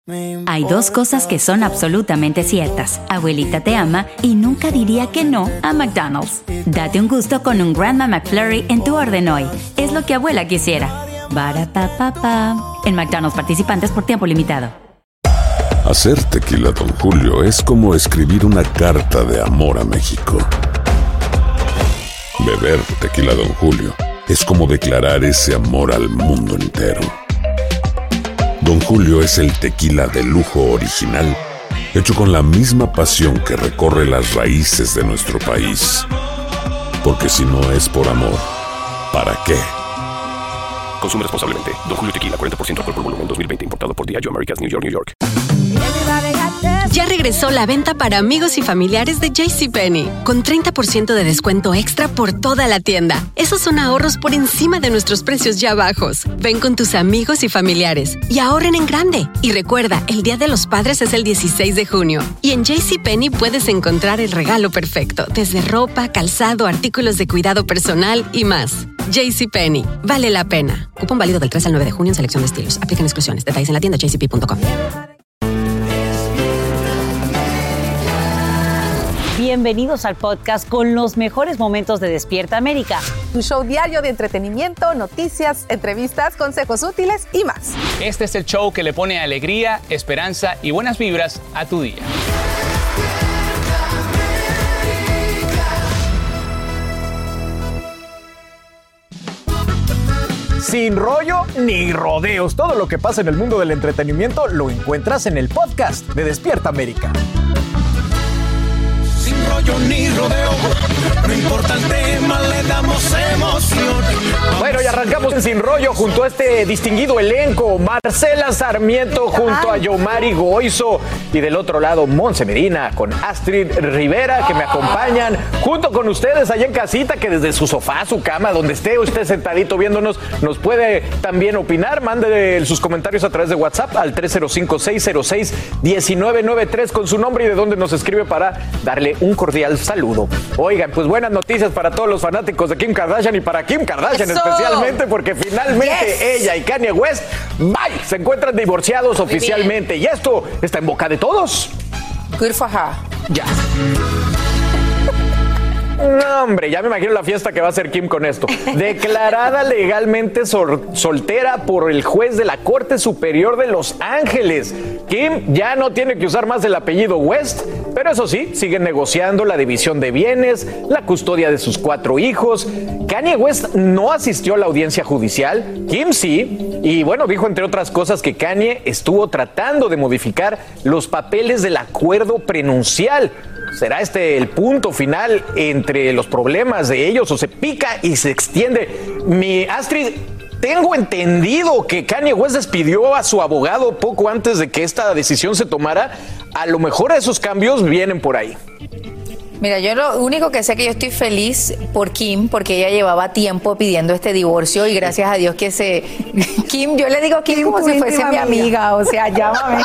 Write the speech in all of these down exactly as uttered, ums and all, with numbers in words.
Hay dos cosas que son absolutamente ciertas. Abuelita te ama y nunca diría que no a McDonald's. Date un gusto con un Grandma McFlurry en tu orden hoy. Es lo que abuela quisiera. Barapapapa. En McDonald's participantes por tiempo limitado. Hacer tequila Don Julio es como escribir una carta de amor a México. Beber tequila Don Julio es como declarar ese amor al mundo entero. Don Julio es el tequila de lujo original, hecho con la misma pasión que recorre las raíces de nuestro país. Porque si no es por amor, ¿para qué? Consume responsablemente. Don Julio Tequila, cuarenta por ciento alcohol por volumen, dos mil veinte. Importado por Diageo Americas, New York, New York. Ya regresó la venta para amigos y familiares de JCPenney, con treinta por ciento de descuento extra por toda la tienda. Esos son ahorros por encima de nuestros precios ya bajos. Ven con tus amigos y familiares y ahorren en grande. Y recuerda, el Día de los Padres es el dieciséis de junio. Y en JCPenney puedes encontrar el regalo perfecto, desde ropa, calzado, artículos de cuidado personal y más. JCPenney, vale la pena. Cupón válido del tres al nueve de junio en selección de estilos. Aplican exclusiones. Detalles en la tienda j c p punto com. Bienvenidos al podcast con los mejores momentos de Despierta América. Un show diario de entretenimiento, noticias, entrevistas, consejos útiles y más. Este es el show que le pone alegría, esperanza y buenas vibras a tu día. Sin rollo ni rodeos. Todo lo que pasa en el mundo del entretenimiento lo encuentras en el podcast de Despierta América. Sin rollo ni rodeo, no importa el tema, le damos emoción. Bueno, y arrancamos en Sin Rollo junto a este distinguido elenco. Marcela Sarmiento junto a Yomari Goizo. Y del otro lado, Monse Medina con Astrid Rivera, que me acompañan junto con ustedes allá en casita, que desde su sofá, su cama, donde esté usted sentadito viéndonos, nos puede también opinar. Mande sus comentarios a través de WhatsApp al tres cero cinco, seis cero seis, uno nueve nueve tres con su nombre y de dónde nos escribe para darle un cordial saludo. Oigan, pues buenas noticias para todos los fanáticos de Kim Kardashian y para Kim Kardashian Eso. especialmente, porque finalmente Yes. ella y Kanye West, bye, se encuentran divorciados Muy oficialmente bien. Y esto está en boca de todos. Good for her. Ya. No, hombre, ya me imagino la fiesta que va a hacer Kim con esto. Declarada legalmente sol- soltera por el juez de la Corte Superior de Los Ángeles. Kim ya no tiene que usar más el apellido West, pero eso sí, sigue negociando la división de bienes, la custodia de sus cuatro hijos. Kanye West no asistió a la audiencia judicial, Kim sí, y bueno, dijo entre otras cosas que Kanye estuvo tratando de modificar los papeles del acuerdo prenupcial. ¿Será este el punto final entre los problemas de ellos o se pica y se extiende? Mi Astrid, tengo entendido que Kanye West despidió a su abogado poco antes de que esta decisión se tomara. A lo mejor esos cambios vienen por ahí. Mira, yo lo único que sé que yo estoy feliz por Kim, porque ella llevaba tiempo pidiendo este divorcio y gracias a Dios que se... Kim, yo le digo Kim, Kim como si fuese mi amiga, amiga o sea, llámame.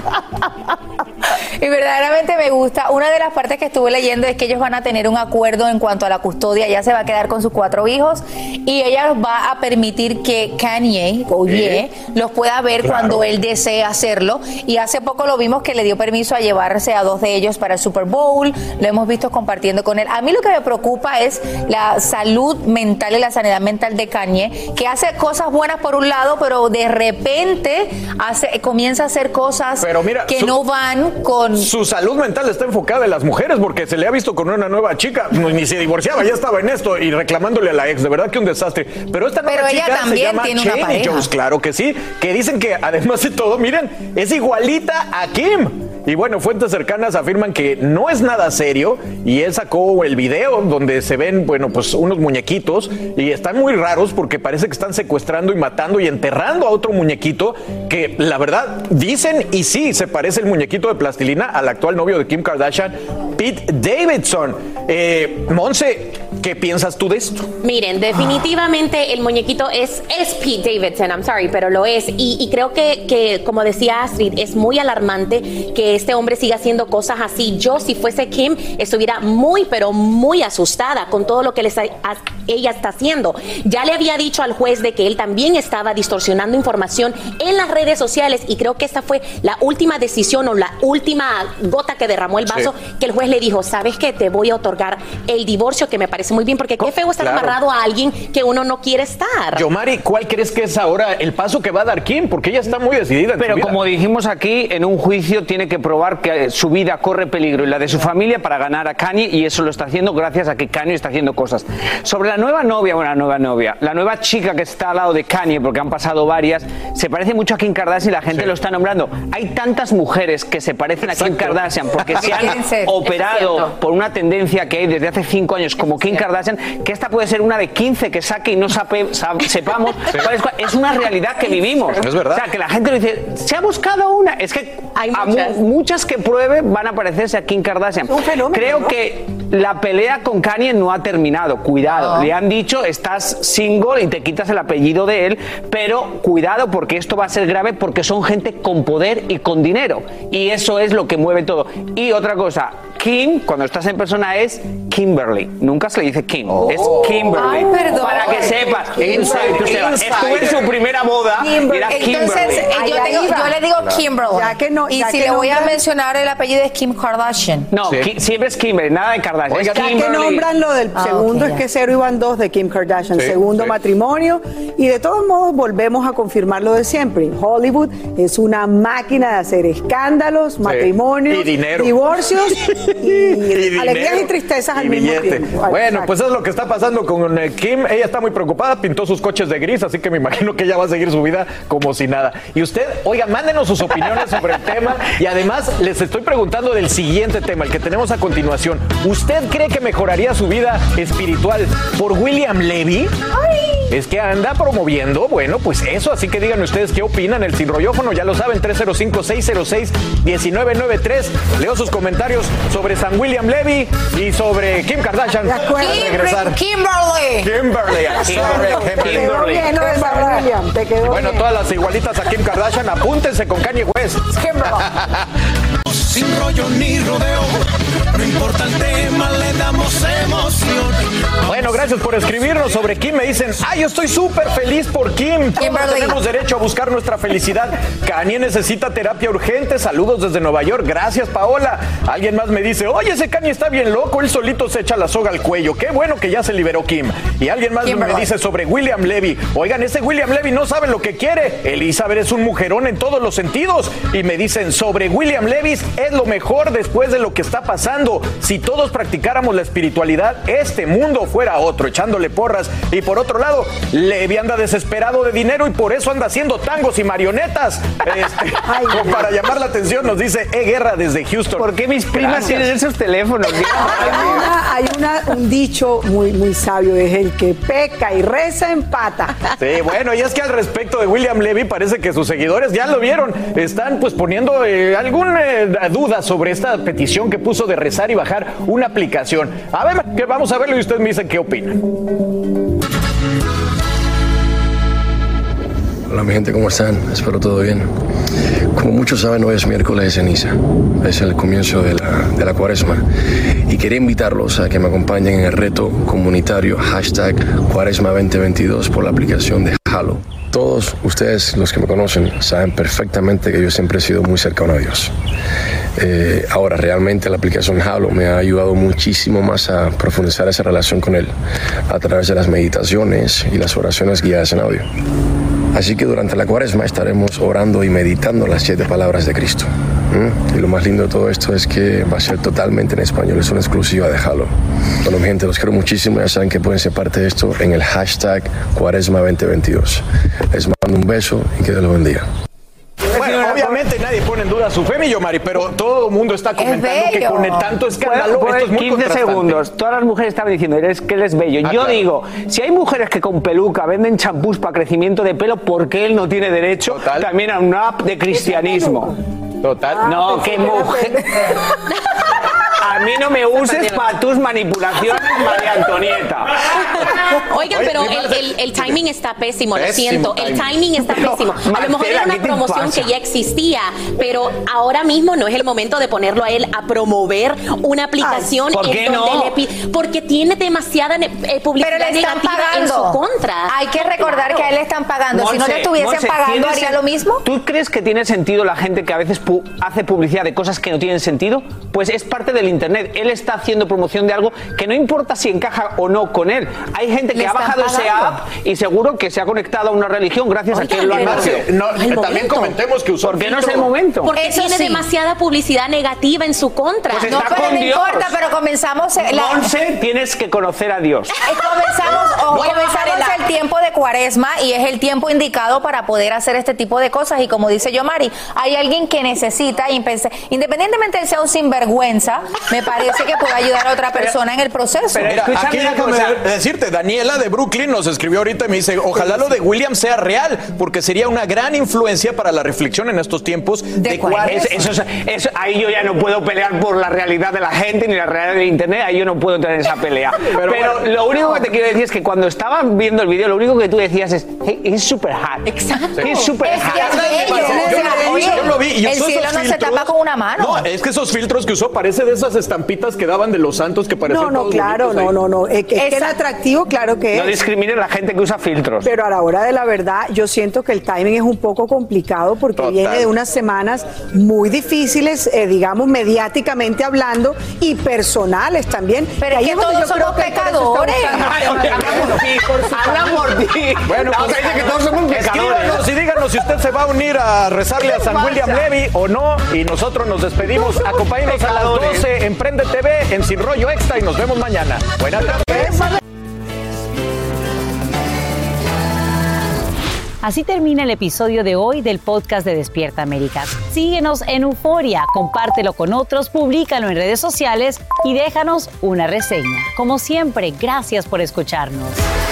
Y verdaderamente me gusta. Una de las partes que estuve leyendo es que ellos van a tener un acuerdo en cuanto a la custodia. Ella se va a quedar con sus cuatro hijos y ella va a permitir que Kanye, o Ye, los pueda ver claro. cuando él desee hacerlo. Y hace poco lo vimos que le dio permiso a llevarse a dos de ellos para el Super Bowl. Lo hemos visto compartiendo con él. A mí lo que me preocupa es la salud mental y la sanidad mental de Kanye, que hace cosas buenas por un lado, pero de repente hace, comienza a hacer cosas pero mira, que su, no van con... Su salud mental está enfocada en las mujeres, porque se le ha visto con una nueva chica, ni se divorciaba, ya estaba en esto y reclamándole a la ex, de verdad que un desastre. Pero esta nueva pero chica se llama Cheyenne Jones, claro que sí, que dicen que además de todo, miren, es igualita a Kim. Y bueno, fuentes cercanas afirman que no es nada serio y él sacó el video donde se ven, bueno, pues unos muñequitos y están muy raros porque parece que están secuestrando y matando y enterrando a otro muñequito que la verdad dicen y sí, se parece el muñequito de plastilina al actual novio de Kim Kardashian, Pete Davidson. Eh, Monse, ¿qué piensas tú de esto? Miren, definitivamente el muñequito es, es Pete Davidson, I'm sorry, pero lo es. Y, y creo que, que, como decía Astrid, es muy alarmante que este hombre siga haciendo cosas así. Yo, si fuese Kim, estuviera muy, pero muy asustada con todo lo que les ha, ella está haciendo. Ya le había dicho al juez de que él también estaba distorsionando información en las redes sociales y creo que esta fue la última decisión o la última gota que derramó el vaso, sí. que el juez le dijo, ¿sabes qué? Te voy a otorgar el divorcio, que me parece muy bien, porque qué feo estar claro. amarrado a alguien que uno no quiere estar. Yomari, ¿cuál crees que es ahora el paso que va a dar Kim? Porque ella está muy decidida en Pero su vida. Como dijimos aquí, en un juicio tiene que probar que su vida corre peligro y la de su familia para ganar a Kanye, y eso lo está haciendo gracias a que Kanye está haciendo cosas. Sobre la nueva novia, bueno, la nueva novia, la nueva chica que está al lado de Kanye, porque han pasado varias, se parece mucho a Kim Kardashian y la gente sí. lo está nombrando. Hay tantas mujeres que se parecen Exacto. a Kim Kardashian porque se han operado por una tendencia que hay desde hace cinco años como Kim Kardashian, que esta puede ser una de quince que saque y no sabe, sabe, sepamos sí. cuál es, cuál. Es una realidad que vivimos. Es verdad. O sea, que la gente lo dice, se ha buscado una. Es que hay muchas, mu muchas que pruebe van a parecerse a Kim Kardashian. Un fenómeno, Creo ¿no? que la pelea con Kanye no ha terminado. Cuidado. No. Le han dicho, estás single y te quitas el apellido de él, pero cuidado porque esto va a ser grave porque son gente con poder y con dinero. Y eso es lo que mueve todo. Y otra cosa, Kim, cuando estás en persona, es Kimberly. Nunca se le dice Kim, oh. es Kimberly. Ay, perdón. Para que sepas. Estuve en su primera boda y era Kimberly. Entonces, yo, tengo, yo le digo Kimberly. Ya que no, y si le voy nombran... a mencionar el apellido es Kim Kardashian. No, sí. siempre es Kimberly, nada de Kardashian. Oiga, es ya que nombran lo del ah, segundo, okay, es que cero iban dos de Kim Kardashian. Sí, segundo sí. matrimonio. Y de todos modos, volvemos a confirmar lo de siempre. Hollywood es una máquina de hacer escándalos, sí. matrimonios, y dinero. divorcios y, y alegrías y tristezas y al mismo billete. tiempo. Bueno, Exacto. pues eso es lo que está pasando con eh, Kim. Ella está muy preocupada, pintó sus coches de gris, así que me imagino que ella va a seguir su vida como si nada. Y usted, oiga, mándenos sus opiniones sobre el tema. Y además, les estoy preguntando del siguiente tema, el que tenemos a continuación. ¿Usted cree que mejoraría su vida espiritual por William Levy? ¡Ay! Es que anda promoviendo, bueno, pues eso, así que díganme ustedes qué opinan. El Sin Rollófono, ya lo saben, tres cero cinco, seis cero seis, uno nueve nueve tres. Leo sus comentarios sobre San William Levy y sobre Kim Kardashian. Kim, regresar. Kimberly. Kimberly. Kimberly. Kimberly. Te quedó bien, William, te quedó bueno, bien. Todas las igualitas a Kim Kardashian, apúntense con Kanye West. Kimberly. Sin rollo ni rodeo, no importa el tema, le damos emoción. Bueno, gracias por escribirnos sobre Kim. Me dicen, ay, yo estoy súper feliz por Kim. Todos tenemos derecho a buscar nuestra felicidad. Kanye necesita terapia urgente. Saludos desde Nueva York. Gracias, Paola. Alguien más me dice, oye, ese Kanye está bien loco. Él solito se echa la soga al cuello. Qué bueno que ya se liberó Kim. Y alguien más Kimberly. me dice sobre William Levy. Oigan, ese William Levy no sabe lo que quiere. Elizabeth es un mujerón en todos los sentidos. Y me dicen sobre William Levy, es lo mejor después de lo que está pasando. Si todos practicáramos la espiritualidad, este mundo fuera otro, echándole porras. Y por otro lado, Levy anda desesperado de dinero y por eso anda haciendo tangos y marionetas. Este, Ay, para llamar la atención, nos dice E Guerra desde Houston. ¿Por qué mis primas Gracias. tienen esos teléfonos? hay una, hay una, un dicho muy, muy sabio, es el que peca y reza empata. Sí, bueno, y es que al respecto de William Levy, parece que sus seguidores ya lo vieron. Están pues poniendo eh, alguna eh, duda sobre esta petición que puso de rezar y bajar una aplicación. A ver, que vamos a verlo y usted me dice qué opina. Hola mi gente, ¿cómo están? Espero todo bien. Como muchos saben, hoy es miércoles de ceniza, es el comienzo de la, de la cuaresma y quería invitarlos a que me acompañen en el reto comunitario hashtag cuaresma veinte veintidós por la aplicación de Halo. Todos ustedes, los que me conocen, saben perfectamente que yo siempre he sido muy cercano a Dios. Eh, ahora, realmente la aplicación Halo me ha ayudado muchísimo más a profundizar esa relación con Él a través de las meditaciones y las oraciones guiadas en audio. Así que durante la cuaresma estaremos orando y meditando las siete palabras de Cristo. ¿Mm? Y lo más lindo de todo esto es que va a ser totalmente en español, es una exclusiva de Halo. Bueno, mi gente, los quiero muchísimo, ya saben que pueden ser parte de esto en el hashtag cuaresma veinte veintidós. Les mando un beso y que Dios los bendiga. Bueno, obviamente nadie pone en duda su fe, mi Yomari, pero todo el mundo está comentando que con el tanto escándalo pues, esto es muy quince contrastante. segundos, todas las mujeres estaban diciendo eres que él es bello. Ah, Yo claro. digo, si hay mujeres que con peluca venden champús para crecimiento de pelo, ¿por qué él no tiene derecho Total. también a una app de cristianismo? Total. No, qué mujer. a mí no me uses para tus manipulaciones, María Antonieta. Oigan, pero el, el, el timing está pésimo, lo siento. timing. El timing está pésimo. A Marcela, lo mejor era ¿qué una te promoción pasa? que ya existía, pero ahora mismo no es el momento de ponerlo a él a promover una aplicación. Ay, ¿por en qué donde no? le pi- porque tiene demasiada ne- eh, publicidad Pero le están negativa pagando. en su contra. Hay que recordar Claro. que a él le están pagando. si no Monse, le estuviesen Monse, pagando, ¿tiene ¿haría sen- lo mismo? ¿Tú crees que tiene sentido la gente que a veces pu- hace publicidad de cosas que no tienen sentido? Pues es parte del internet. Él está haciendo promoción de algo que no importa si encaja o no con él. Hay gente que Le ha están bajado ese pagando. app y seguro que se ha conectado a una religión gracias a que él lo ha Oigan, hecho. pero- No, Al también momento. comentemos que usó ¿Por qué no es filtro. el momento? Porque Eso tiene sí. demasiada publicidad negativa en su contra. Pues No, está pero con no Dios. importa, pero comenzamos... eh, la- Monse, tienes que conocer a Dios. Eh, Comenzamos, o Voy a bajar comenzamos el el tiempo de Cuaresma y es el tiempo indicado para poder hacer este tipo de cosas. Y como dice Yomari, hay alguien que necesita, y pensé- independientemente de ser un sinvergüenza, me parece que puede ayudar a otra persona en el proceso. pero- Mira, Escúchame aquí una déjame cosa. decirte, Daniela de Brooklyn nos escribió ahorita y me dice, ojalá lo de William sea real, porque sería una gran influencia para la reflexión en estos tiempos de, De Cuaresma. Es- eso, es- eso- ahí yo ya no puedo pelear por la realidad de la gente ni la realidad de internet, ahí yo no puedo tener esa pelea. Pero, bueno, lo único que te quiero decir es que cuando estaba viendo el vídeo, lo único que tú decías es, hey, he's super hot. Exacto. He's super Es que hot. es bello. Yo lo- Oye, yo lo vi y el usó cielo esos no se filtros. tapa con una mano. No, es que esos filtros que usó parece de esas estampitas que daban de los santos que parecían No, no, todos claro, bonitos no, ahí. no, no. Es que, es que el Esa- atractivo, claro que No es. discrimines a la gente que usa filtros. Pero a la hora de la verdad, yo siento que el timing es un poco complicado porque Total. viene de unas semanas muy difíciles, eh, digamos, mediáticamente hablando y personales también. Pero Ahí es que donde todos yo creo somos que por eso está pecadores. buscando- Ay, oye, habla por ti, habla por ti. Bueno, La pues, otra dice que todos somos pecadores. escríbanos y díganos si usted se va a unir a rezarle a San William Levy o no. Y nosotros nos despedimos. Acompáñenos a las doce en Prende T V, en Sin Rollo Extra y nos vemos mañana. Buenas tardes. Así termina el episodio de hoy del podcast de Despierta América. Síguenos en Euforia, compártelo con otros, públicalo en redes sociales y déjanos una reseña. Como siempre, gracias por escucharnos.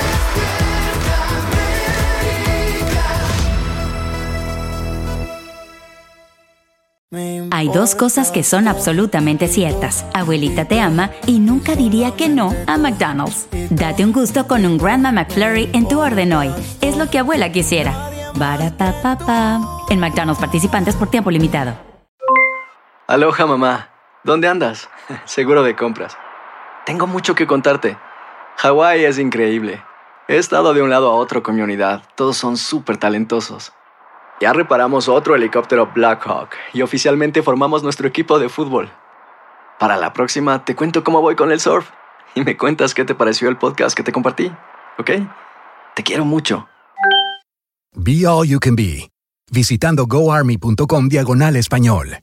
Hay dos cosas que son absolutamente ciertas. Abuelita te ama y nunca diría que no a McDonald's. Date un gusto con un Grandma McFlurry en tu orden hoy. Es lo que abuela quisiera. Barapapapa. En McDonald's participantes por tiempo limitado. Aloha, mamá. ¿Dónde andas? Seguro de compras. Tengo mucho que contarte. Hawái es increíble. He estado de un lado a otro con mi unidad. Todos son súper talentosos. Ya reparamos otro helicóptero Blackhawk y oficialmente formamos nuestro equipo de fútbol. Para la próxima te cuento cómo voy con el surf y me cuentas qué te pareció el podcast que te compartí, ¿ok? Te quiero mucho. Be All You Can Be, visitando goarmy.com diagonal español.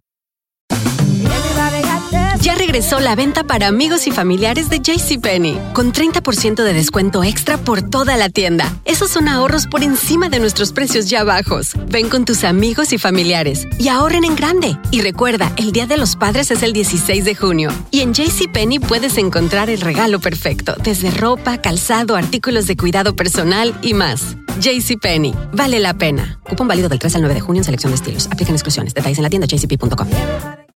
Ya regresó la venta para amigos y familiares de JCPenney, con treinta por ciento de descuento extra por toda la tienda. Esos son ahorros por encima de nuestros precios ya bajos. Ven con tus amigos y familiares y ahorren en grande. Y recuerda, el Día de los Padres es el dieciséis de junio. Y en JCPenney puedes encontrar el regalo perfecto, desde ropa, calzado, artículos de cuidado personal y más. JCPenney, vale la pena. Cupón válido del tres al nueve de junio en selección de estilos. Aplican exclusiones. Detalles en la tienda j c p punto com.